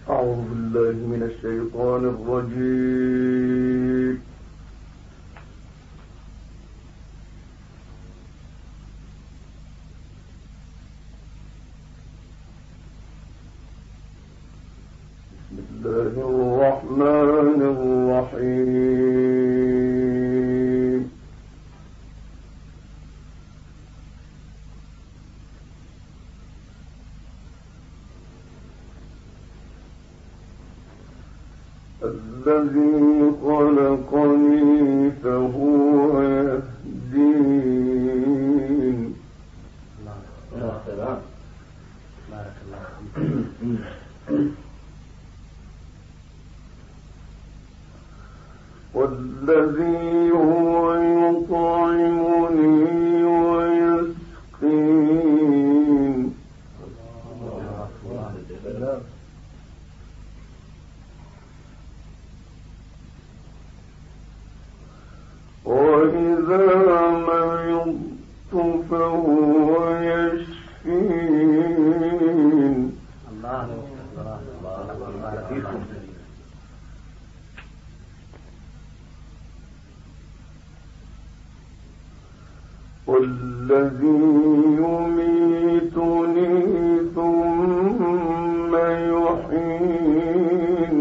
أعوذ بالله من الشيطان الرجيم. بسم الله الرحمن الرحيم. الذي خلقني فهو يهدين. بارك الله. والذي هو يطعمني ويسقين. وإذا مرضت فهو يشفين. والذي يميتني ثم يحيين.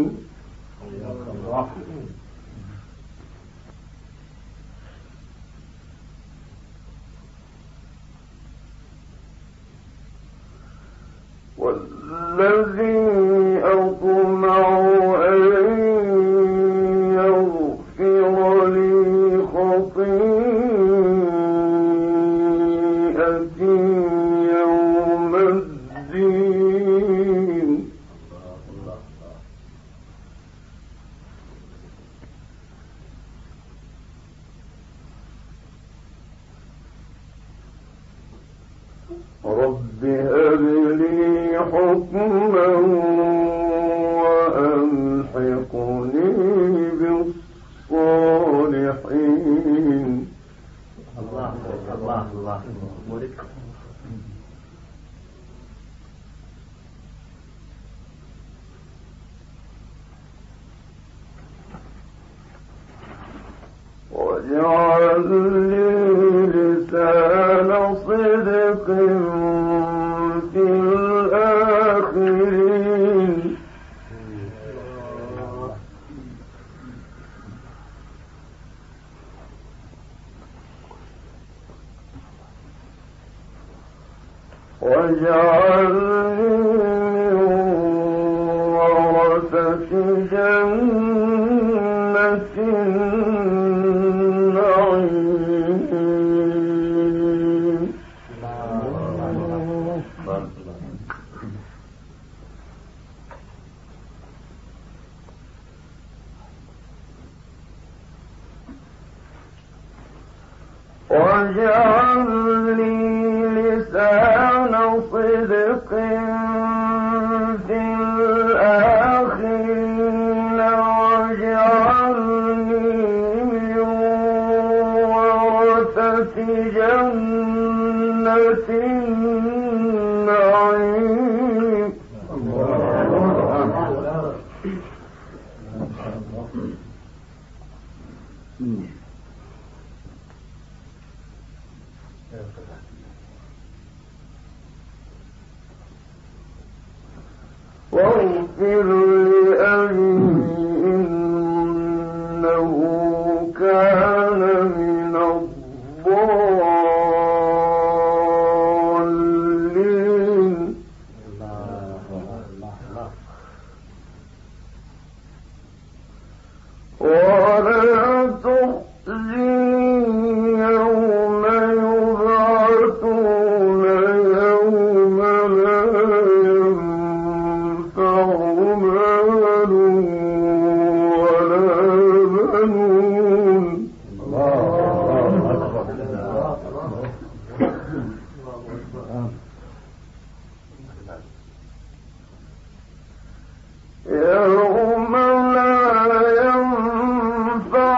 والذي أطمع أن يغفر لي خطيئتي يوم الدين. رب هب لي حكما وألحقني بالصالحين. الله مولك. واجعل لي لسان صدق في الآخرين. واجعلني ورثة جنة النعيم. واجعل لي لسان صدق في الآخرين. واجعلني من ورثة جنة النعيم. واغفر لأبي إنه كان من الضالين. ولا تخزني يوم يبعثون يوم لا ينفع مال ولا بنون. يوم لا ينفع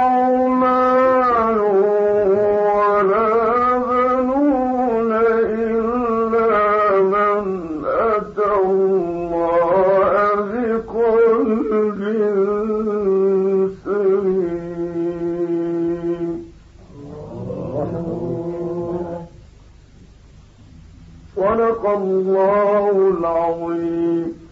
صدق الله العظيم.